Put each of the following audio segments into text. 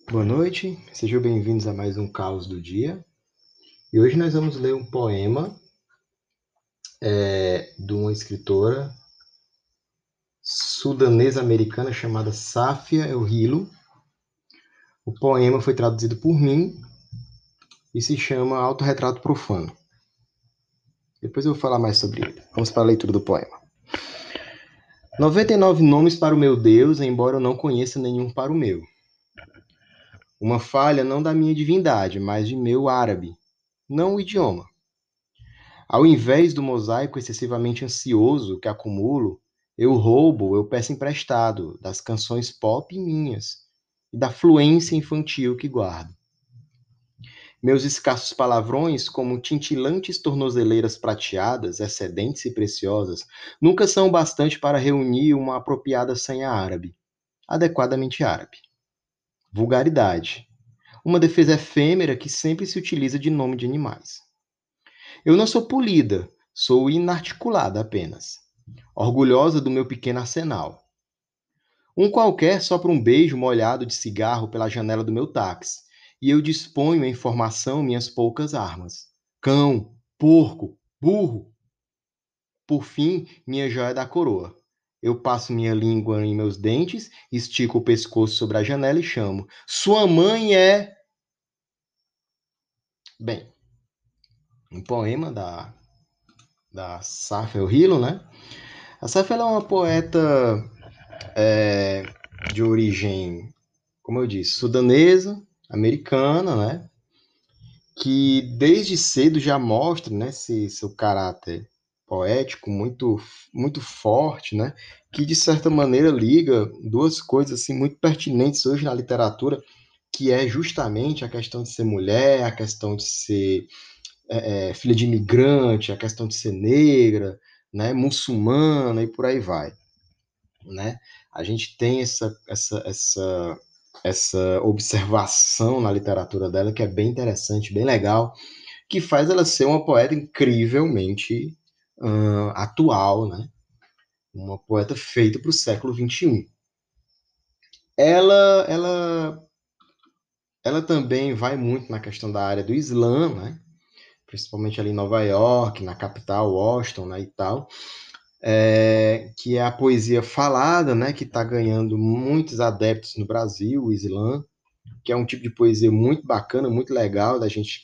Boa noite, sejam bem-vindos a mais um Caos do Dia. E hoje nós vamos ler um poema de uma escritora sudanesa-americana chamada Safia El-Hilo. O poema foi traduzido por mim e se chama Autorretrato Profano. Depois eu vou falar mais sobre ele. Vamos para a leitura do poema. 99 nomes para o meu Deus, embora eu não conheça nenhum para o meu. Uma falha não da minha divindade, mas de meu árabe, não o idioma. Ao invés do mosaico excessivamente ansioso que acumulo, eu peço emprestado das canções pop minhas e da fluência infantil que guardo. Meus escassos palavrões, como tintilantes tornozeleiras prateadas, excedentes e preciosas, nunca são bastante para reunir uma apropriada senha árabe, adequadamente árabe. Vulgaridade. Uma defesa efêmera que sempre se utiliza de nome de animais. Eu não sou polida, sou inarticulada apenas, orgulhosa do meu pequeno arsenal. Um qualquer sopra um beijo molhado de cigarro pela janela do meu táxi, e eu disponho em formação minhas poucas armas. Cão, porco, burro. Por fim, minha joia da coroa. Eu passo minha língua em meus dentes, estico o pescoço sobre a janela e chamo. Sua mãe é. Bem, um poema da Safia Hilo, né? A Safia é uma poeta é, de origem, como eu disse, sudanesa, americana, né? Que desde cedo já mostra, né, seu caráter poético muito forte, né? Que de certa maneira liga duas coisas assim muito pertinentes hoje na literatura, que é justamente a questão de ser mulher, a questão de ser filha de imigrante, a questão de ser negra, né, muçulmana e por aí vai, né? A gente tem essa observação na literatura dela que é bem interessante, bem legal, que faz ela ser uma poeta incrivelmente atual, né? Uma poeta feita para o século XXI. Ela, ela, ela também vai muito na questão da área do Islã, né? Principalmente ali em Nova York, na capital, Washington, né, e tal, que é a poesia falada, né, que está ganhando muitos adeptos no Brasil, o Islã, que é um tipo de poesia muito bacana, muito legal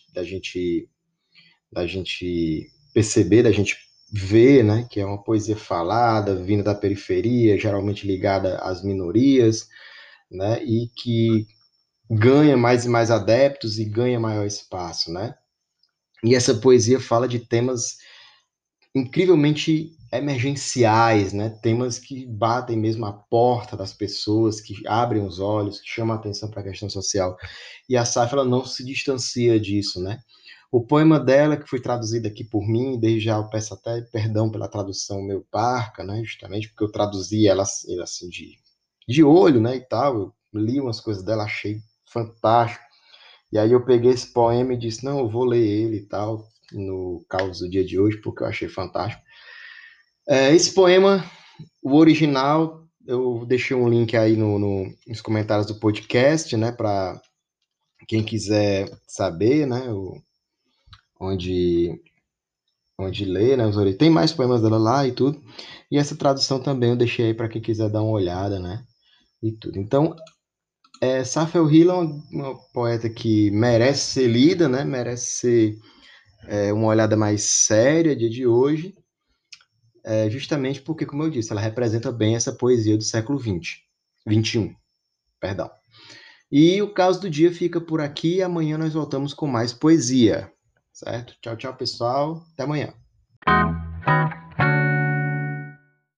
da gente perceber, da gente ver, né, que é uma poesia falada, vinda da periferia, geralmente ligada às minorias, né, e que ganha mais e mais adeptos e ganha maior espaço, né? E essa poesia fala de temas incrivelmente emergenciais, né? Temas que batem mesmo a porta das pessoas, que abrem os olhos, que chamam a atenção para a questão social. E a Safra ela não se distancia disso, né? O poema dela, que foi traduzido aqui por mim, desde já eu peço até perdão pela tradução meu parca, né? Justamente porque eu traduzi ela assim de olho, né? E tal. Eu li umas coisas dela, achei fantástico. E aí eu peguei esse poema e disse, não, eu vou ler ele e tal, no caos do dia de hoje, porque eu achei fantástico. Esse poema, o original, eu deixei um link aí nos comentários do podcast, né, para quem quiser saber, né, onde, onde ler, né, tem mais poemas dela lá e tudo. E essa tradução também eu deixei aí para quem quiser dar uma olhada, né, e tudo. Então, Safia Hilo é uma poeta que merece ser lida, né, merece ser uma olhada mais séria dia de hoje, justamente porque, como eu disse, ela representa bem essa poesia do século XX, 21, perdão. E o caso do dia fica por aqui e amanhã nós voltamos com mais poesia, certo? Tchau, tchau, pessoal. Até amanhã.